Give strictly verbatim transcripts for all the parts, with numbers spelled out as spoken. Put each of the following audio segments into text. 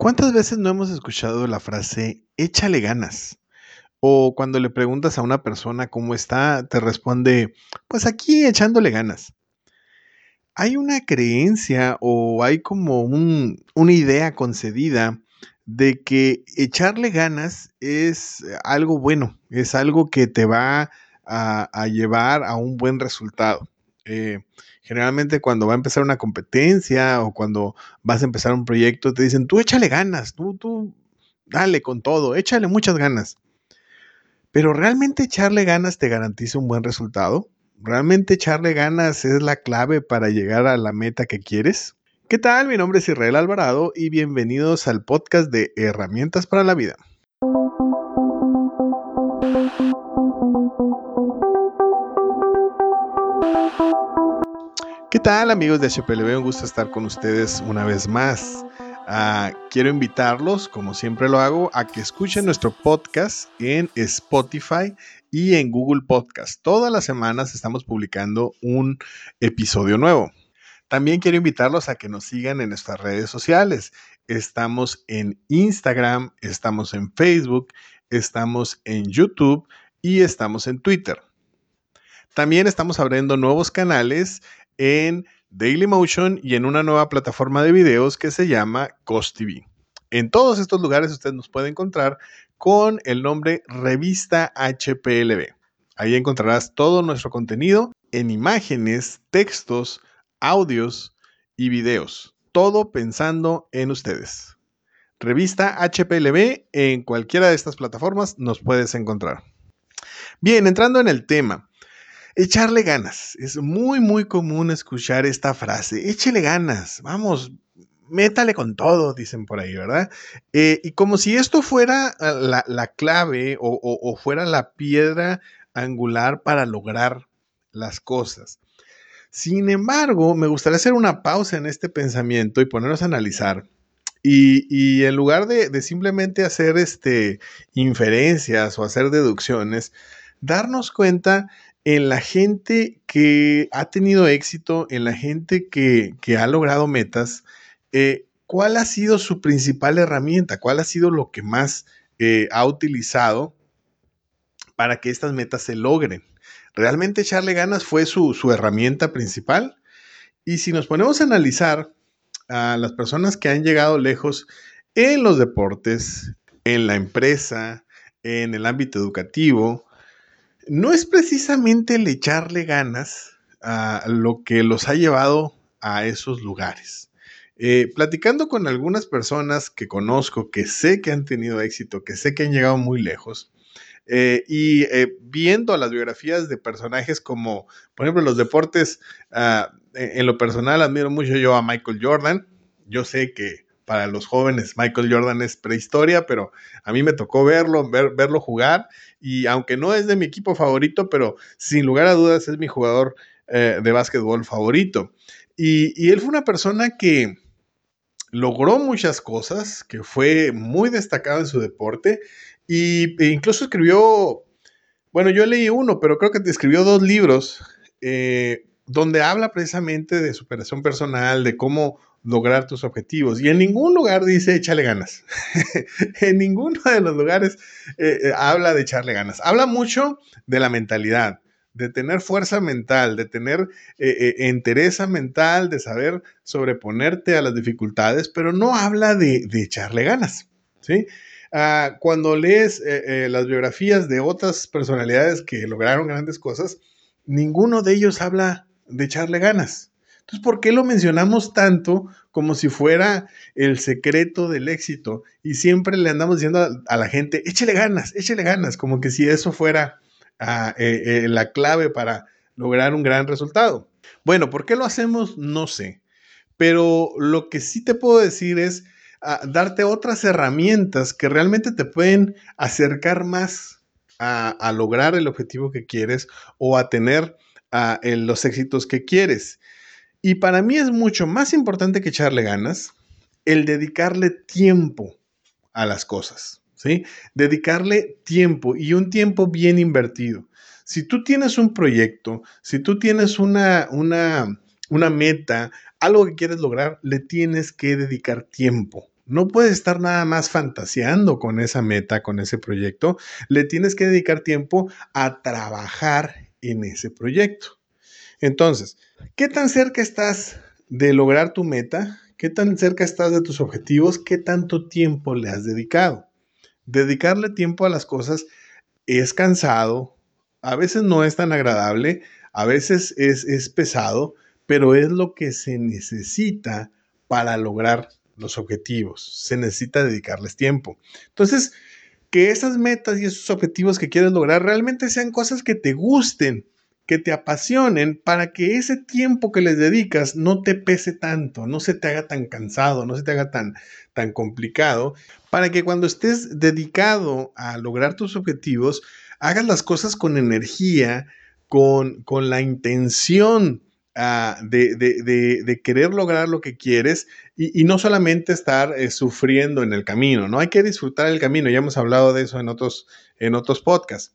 ¿Cuántas veces no hemos escuchado la frase échale ganas? O cuando le preguntas a una persona cómo está, te responde, pues aquí echándole ganas. Hay una creencia o hay como un, una idea concedida de que echarle ganas es algo bueno, es algo que te va a, a llevar a un buen resultado. Eh, Generalmente cuando va a empezar una competencia o cuando vas a empezar un proyecto, te dicen, tú échale ganas, tú, tú dale con todo, échale muchas ganas. Pero ¿realmente echarle ganas te garantiza un buen resultado? ¿Realmente echarle ganas es la clave para llegar a la meta que quieres? ¿Qué tal? Mi nombre es Israel Alvarado y bienvenidos al podcast de Herramientas para la Vida. ¿Qué tal, amigos de H P L B? Un gusto estar con ustedes una vez más. Uh, quiero invitarlos, como siempre lo hago, a que escuchen nuestro podcast en Spotify y en Google Podcast. Todas las semanas estamos publicando un episodio nuevo. También quiero invitarlos a que nos sigan en nuestras redes sociales. Estamos en Instagram, estamos en Facebook, estamos en YouTube y estamos en Twitter. También estamos abriendo nuevos canales en Dailymotion y en una nueva plataforma de videos que se llama Cos T V. En todos estos lugares usted nos puede encontrar con el nombre Revista H P L B. Ahí encontrarás todo nuestro contenido en imágenes, textos, audios y videos. Todo pensando en ustedes. Revista H P L B, en cualquiera de estas plataformas nos puedes encontrar. Bien, entrando en el tema. Echarle ganas. Es muy, muy común escuchar esta frase. Échele ganas. Vamos, métale con todo, dicen por ahí, ¿verdad? Eh, y como si esto fuera la, la clave o, o, o fuera la piedra angular para lograr las cosas. Sin embargo, me gustaría hacer una pausa en este pensamiento y ponernos a analizar. Y, y en lugar de, de simplemente hacer este, inferencias o hacer deducciones, darnos cuenta en la gente que ha tenido éxito, en la gente que, que ha logrado metas, eh, ¿cuál ha sido su principal herramienta? ¿Cuál ha sido lo que más eh, ha utilizado para que estas metas se logren? ¿Realmente echarle ganas fue su, su herramienta principal? Y si nos ponemos a analizar a las personas que han llegado lejos en los deportes, en la empresa, en el ámbito educativo, no es precisamente el echarle ganas a lo que los ha llevado a esos lugares. Eh, platicando con algunas personas que conozco, que sé que han tenido éxito, que sé que han llegado muy lejos, eh, y eh, viendo las biografías de personajes como, por ejemplo, los deportes, uh, en lo personal admiro mucho yo a Michael Jordan. Yo sé que para los jóvenes Michael Jordan es prehistoria, pero a mí me tocó verlo, ver, verlo jugar, y aunque no es de mi equipo favorito, pero sin lugar a dudas es mi jugador eh, de básquetbol favorito. Y, y él fue una persona que logró muchas cosas, que fue muy destacado en su deporte, y, e incluso escribió, bueno, yo leí uno, pero creo que escribió dos libros eh, donde habla precisamente de superación personal, de cómo lograr tus objetivos. Y en ningún lugar dice échale ganas. En ninguno de los lugares eh, eh, habla de echarle ganas. Habla mucho de la mentalidad, de tener fuerza mental, de tener eh, eh, entereza mental, de saber sobreponerte a las dificultades, pero no habla de, de echarle ganas, ¿sí? Uh, cuando lees eh, eh, las biografías de otras personalidades que lograron grandes cosas, ninguno de ellos habla de echarle ganas. Entonces, ¿por qué lo mencionamos tanto como si fuera el secreto del éxito? Y siempre le andamos diciendo a, a la gente, échele ganas, échele ganas, como que si eso fuera uh, eh, eh, la clave para lograr un gran resultado. Bueno, ¿por qué lo hacemos? No sé. Pero lo que sí te puedo decir es uh, darte otras herramientas que realmente te pueden acercar más a, a lograr el objetivo que quieres o a tener uh, en los éxitos que quieres. Y para mí es mucho más importante que echarle ganas el dedicarle tiempo a las cosas, ¿sí? Dedicarle tiempo y un tiempo bien invertido. Si tú tienes un proyecto, si tú tienes una, una, una meta, algo que quieres lograr, le tienes que dedicar tiempo. No puedes estar nada más fantaseando con esa meta, con ese proyecto. Le tienes que dedicar tiempo a trabajar en ese proyecto. Entonces, ¿qué tan cerca estás de lograr tu meta? ¿Qué tan cerca estás de tus objetivos? ¿Qué tanto tiempo le has dedicado? Dedicarle tiempo a las cosas es cansado, a veces no es tan agradable, a veces es, es pesado, pero es lo que se necesita para lograr los objetivos. Se necesita dedicarles tiempo. Entonces, que esas metas y esos objetivos que quieres lograr realmente sean cosas que te gusten, que te apasionen, para que ese tiempo que les dedicas no te pese tanto, no se te haga tan cansado, no se te haga tan, tan complicado, para que cuando estés dedicado a lograr tus objetivos, hagas las cosas con energía, con, con la intención uh, de, de, de, de querer lograr lo que quieres y, y no solamente estar eh, sufriendo en el camino, ¿no? Hay que disfrutar el camino, ya hemos hablado de eso en otros, en otros podcasts.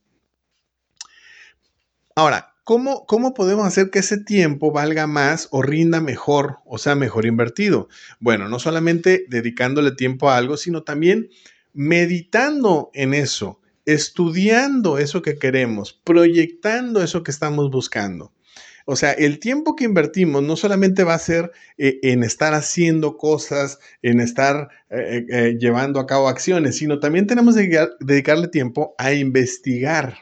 Ahora, ¿cómo, ¿cómo podemos hacer que ese tiempo valga más o rinda mejor o sea mejor invertido? Bueno, no solamente dedicándole tiempo a algo, sino también meditando en eso, estudiando eso que queremos, proyectando eso que estamos buscando. O sea, el tiempo que invertimos no solamente va a ser eh, en estar haciendo cosas, en estar eh, eh, llevando a cabo acciones, sino también tenemos que dedicarle tiempo a investigar,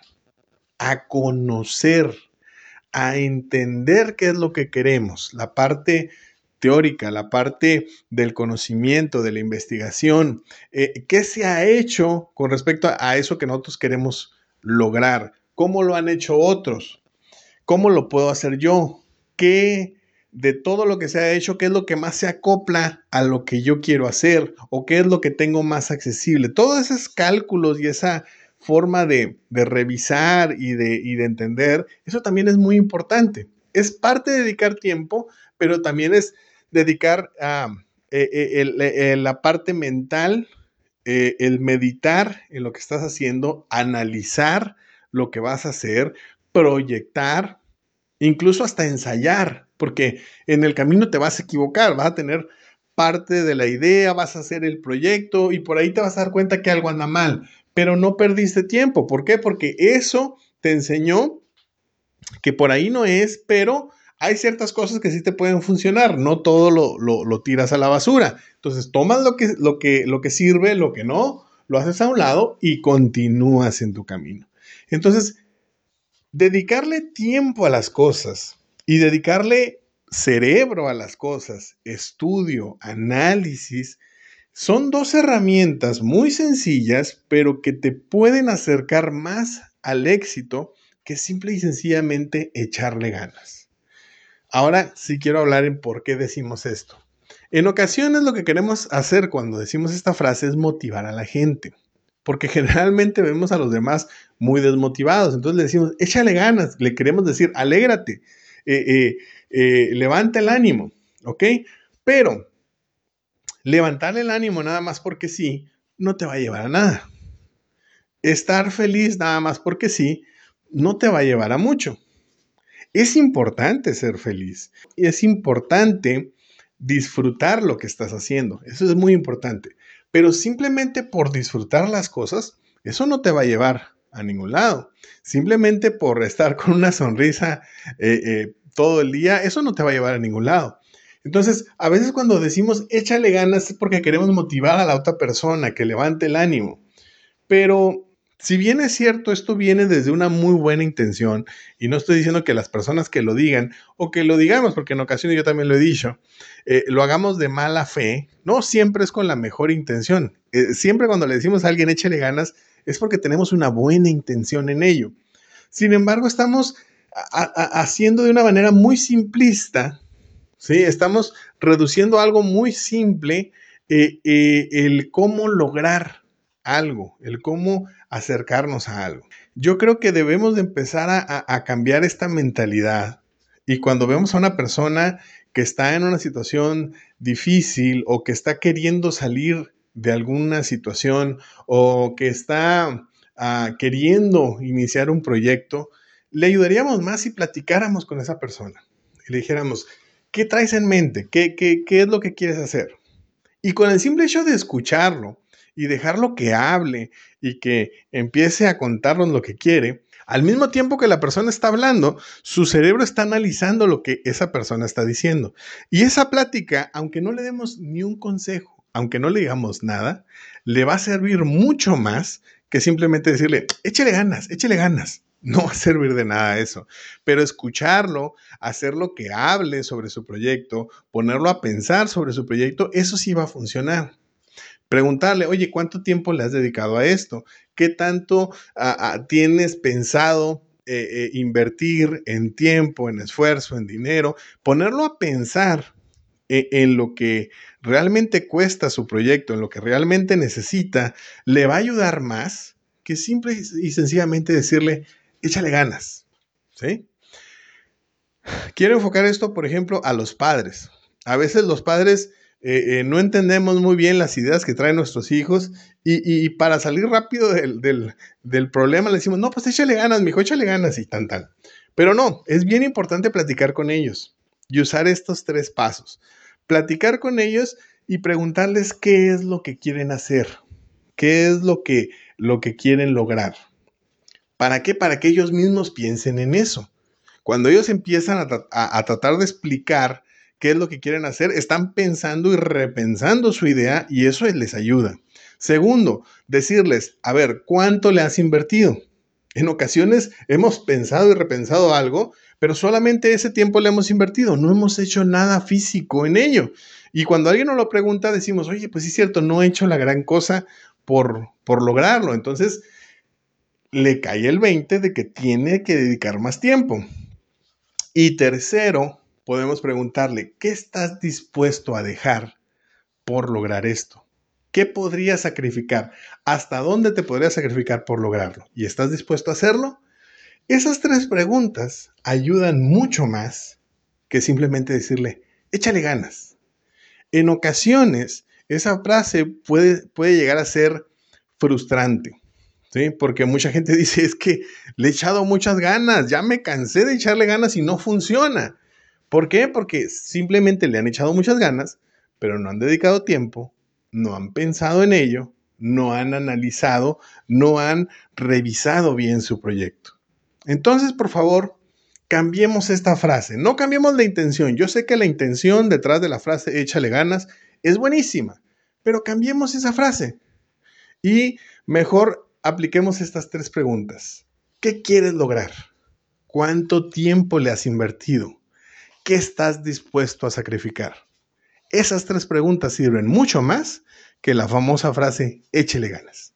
a conocer, a entender qué es lo que queremos, la parte teórica, la parte del conocimiento, de la investigación, eh, qué se ha hecho con respecto a, a eso que nosotros queremos lograr, cómo lo han hecho otros, cómo lo puedo hacer yo, qué de todo lo que se ha hecho, qué es lo que más se acopla a lo que yo quiero hacer o qué es lo que tengo más accesible. Todos esos cálculos y esa forma de, de revisar y de, y de entender, eso también es muy importante. Es parte de dedicar tiempo, pero también es dedicar a eh, eh, el, eh, la parte mental, eh, el meditar en lo que estás haciendo, analizar lo que vas a hacer, proyectar, incluso hasta ensayar, porque en el camino te vas a equivocar, vas a tener parte de la idea, vas a hacer el proyecto y por ahí te vas a dar cuenta que algo anda mal, pero no perdiste tiempo. ¿Por qué? Porque eso te enseñó que por ahí no es, pero hay ciertas cosas que sí te pueden funcionar, no todo lo, lo, lo tiras a la basura. Entonces tomas lo que, lo, que, lo que sirve, lo que no, lo haces a un lado y continúas en tu camino. Entonces, dedicarle tiempo a las cosas y dedicarle cerebro a las cosas, estudio, análisis, son dos herramientas muy sencillas, pero que te pueden acercar más al éxito que simple y sencillamente echarle ganas. Ahora sí quiero hablar en por qué decimos esto. En ocasiones lo que queremos hacer cuando decimos esta frase es motivar a la gente, porque generalmente vemos a los demás muy desmotivados, entonces le decimos, échale ganas, le queremos decir, alégrate, eh, eh, eh, levanta el ánimo, ¿ok? Pero levantarle el ánimo nada más porque sí, no te va a llevar a nada. Estar feliz nada más porque sí, no te va a llevar a mucho. Es importante ser feliz. Es importante disfrutar lo que estás haciendo. Eso es muy importante. Pero simplemente por disfrutar las cosas, eso no te va a llevar a ningún lado. Simplemente por estar con una sonrisa eh, eh, todo el día, eso no te va a llevar a ningún lado. Entonces, a veces cuando decimos échale ganas es porque queremos motivar a la otra persona que levante el ánimo. Pero si bien es cierto, esto viene desde una muy buena intención, y no estoy diciendo que las personas que lo digan, o que lo digamos, porque en ocasiones yo también lo he dicho, eh, lo hagamos de mala fe, no siempre es con la mejor intención. Eh, siempre cuando le decimos a alguien échale ganas, es porque tenemos una buena intención en ello. Sin embargo, estamos a, a, haciendo de una manera muy simplista, ¿sí? Estamos reduciendo algo muy simple, eh, eh, el cómo lograr algo, el cómo acercarnos a algo. Yo creo que debemos de empezar a, a, a cambiar esta mentalidad y cuando vemos a una persona que está en una situación difícil o que está queriendo salir de alguna situación o que está uh, queriendo iniciar un proyecto, le ayudaríamos más si platicáramos con esa persona y le dijéramos, ¿qué traes en mente? ¿Qué, qué, qué es lo que quieres hacer? Y con el simple hecho de escucharlo y dejarlo que hable y que empiece a contarnos lo que quiere, al mismo tiempo que la persona está hablando, su cerebro está analizando lo que esa persona está diciendo. Y esa plática, aunque no le demos ni un consejo, aunque no le digamos nada, le va a servir mucho más que simplemente decirle, échale ganas, échale ganas. No va a servir de nada eso. Pero escucharlo, hacerlo que hable sobre su proyecto, ponerlo a pensar sobre su proyecto, eso sí va a funcionar. Preguntarle, oye, ¿cuánto tiempo le has dedicado a esto? ¿Qué tanto uh, uh, tienes pensado eh, eh, invertir en tiempo, en esfuerzo, en dinero? Ponerlo a pensar en, en lo que realmente cuesta su proyecto, en lo que realmente necesita, le va a ayudar más que simple y sencillamente decirle, échale ganas, ¿sí? Quiero enfocar esto, por ejemplo, a los padres. A veces los padres eh, eh, no entendemos muy bien las ideas que traen nuestros hijos y, y para salir rápido del, del, del problema le decimos, no, pues échale ganas, mijo, échale ganas y tan, tan. Pero no, es bien importante platicar con ellos y usar estos tres pasos. Platicar con ellos y preguntarles qué es lo que quieren hacer, qué es lo que, lo que quieren lograr. ¿Para qué? Para que ellos mismos piensen en eso. Cuando ellos empiezan a, tra- a, a tratar de explicar qué es lo que quieren hacer, están pensando y repensando su idea y eso les ayuda. Segundo, decirles, a ver, ¿cuánto le has invertido? En ocasiones hemos pensado y repensado algo, pero solamente ese tiempo le hemos invertido, no hemos hecho nada físico en ello. Y cuando alguien nos lo pregunta, decimos, oye, pues sí es cierto, no he hecho la gran cosa por, por lograrlo. Entonces, le cae el veinte de que tiene que dedicar más tiempo. Y tercero, podemos preguntarle, ¿qué estás dispuesto a dejar por lograr esto? ¿Qué podrías sacrificar? ¿Hasta dónde te podrías sacrificar por lograrlo? ¿Y estás dispuesto a hacerlo? Esas tres preguntas ayudan mucho más que simplemente decirle, échale ganas. En ocasiones, esa frase puede, puede llegar a ser frustrante. ¿Sí? Porque mucha gente dice, es que le he echado muchas ganas, ya me cansé de echarle ganas y no funciona. ¿Por qué? Porque simplemente le han echado muchas ganas, pero no han dedicado tiempo, no han pensado en ello, no han analizado, no han revisado bien su proyecto. Entonces, por favor, cambiemos esta frase, no cambiemos la intención. Yo sé que la intención detrás de la frase échale ganas es buenísima, pero cambiemos esa frase. Y mejor apliquemos estas tres preguntas. ¿Qué quieres lograr? ¿Cuánto tiempo le has invertido? ¿Qué estás dispuesto a sacrificar? Esas tres preguntas sirven mucho más que la famosa frase échele ganas.